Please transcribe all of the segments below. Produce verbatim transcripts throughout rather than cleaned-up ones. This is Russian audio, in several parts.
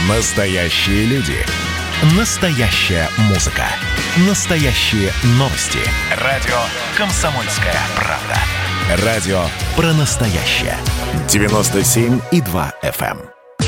Настоящие люди. Настоящая музыка. Настоящие новости. Радио «Комсомольская правда». Радио про настоящее. девяносто семь и два эф эм.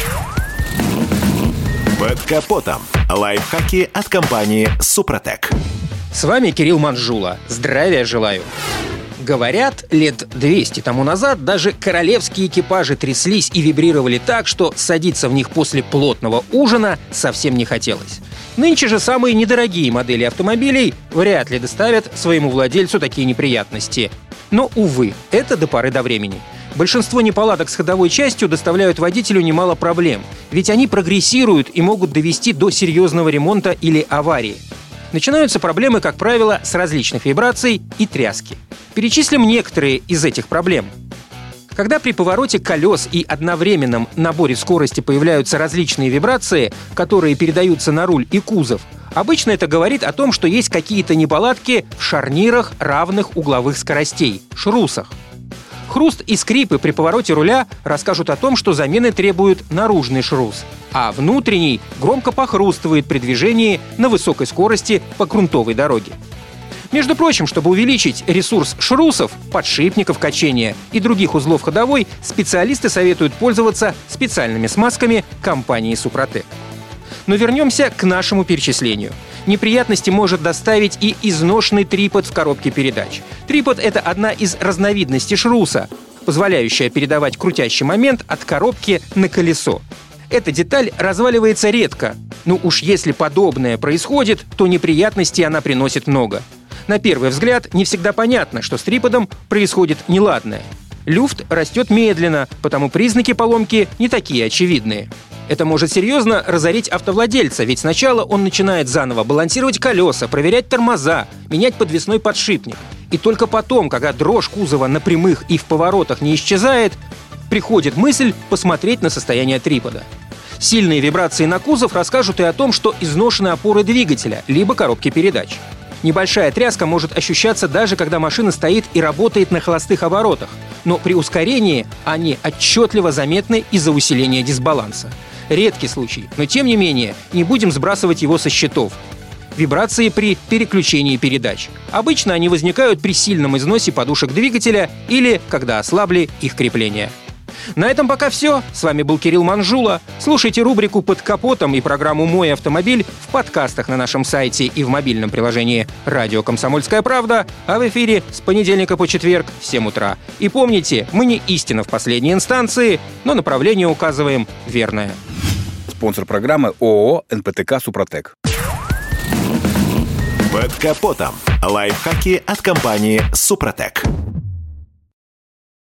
Под капотом. Лайфхаки от компании «Супротек». С вами Кирилл Манжула. Здравия желаю. Говорят, лет двести тому назад даже королевские экипажи тряслись и вибрировали так, что садиться в них после плотного ужина совсем не хотелось. Нынче же самые недорогие модели автомобилей вряд ли доставят своему владельцу такие неприятности. Но, увы, это до поры до времени. Большинство неполадок с ходовой частью доставляют водителю немало проблем, ведь они прогрессируют и могут довести до серьезного ремонта или аварии. Начинаются проблемы, как правило, с различных вибраций и тряски. Перечислим некоторые из этих проблем. Когда при повороте колес и одновременном наборе скорости появляются различные вибрации, которые передаются на руль и кузов, обычно это говорит о том, что есть какие-то неполадки в шарнирах равных угловых скоростей – шрусах. Хруст и скрипы при повороте руля расскажут о том, что замены требует наружный шрус, а внутренний громко похрустывает при движении на высокой скорости по грунтовой дороге. Между прочим, чтобы увеличить ресурс шрусов, подшипников качения и других узлов ходовой, специалисты советуют пользоваться специальными смазками компании «Супротек». Но вернемся к нашему перечислению. Неприятности может доставить и изношенный трипод в коробке передач. Трипод — это одна из разновидностей шруса, позволяющая передавать крутящий момент от коробки на колесо. Эта деталь разваливается редко, но уж если подобное происходит, то неприятностей она приносит много. На первый взгляд не всегда понятно, что с триподом происходит неладное. Люфт растет медленно, потому признаки поломки не такие очевидные. Это может серьезно разорить автовладельца, ведь сначала он начинает заново балансировать колеса, проверять тормоза, менять подвесной подшипник. И только потом, когда дрожь кузова на прямых и в поворотах не исчезает, приходит мысль посмотреть на состояние трипода. Сильные вибрации на кузов расскажут и о том, что изношены опоры двигателя, либо коробки передач. Небольшая тряска может ощущаться даже когда машина стоит и работает на холостых оборотах, но при ускорении они отчетливо заметны из-за усиления дисбаланса. Редкий случай, но тем не менее не будем сбрасывать его со счетов. Вибрации при переключении передач. Обычно они возникают при сильном износе подушек двигателя или когда ослабли их крепления. На этом пока все. С вами был Кирилл Манжула. Слушайте рубрику «Под капотом» и программу «Мой автомобиль» в подкастах на нашем сайте и в мобильном приложении «Радио Комсомольская правда», а в эфире с понедельника по четверг в семь утра. И помните, мы не истина в последней инстанции, но направление указываем верное. Спонсор программы ООО «эн пэ тэ ка Супротек». Под капотом. Лайфхаки от компании «Супротек».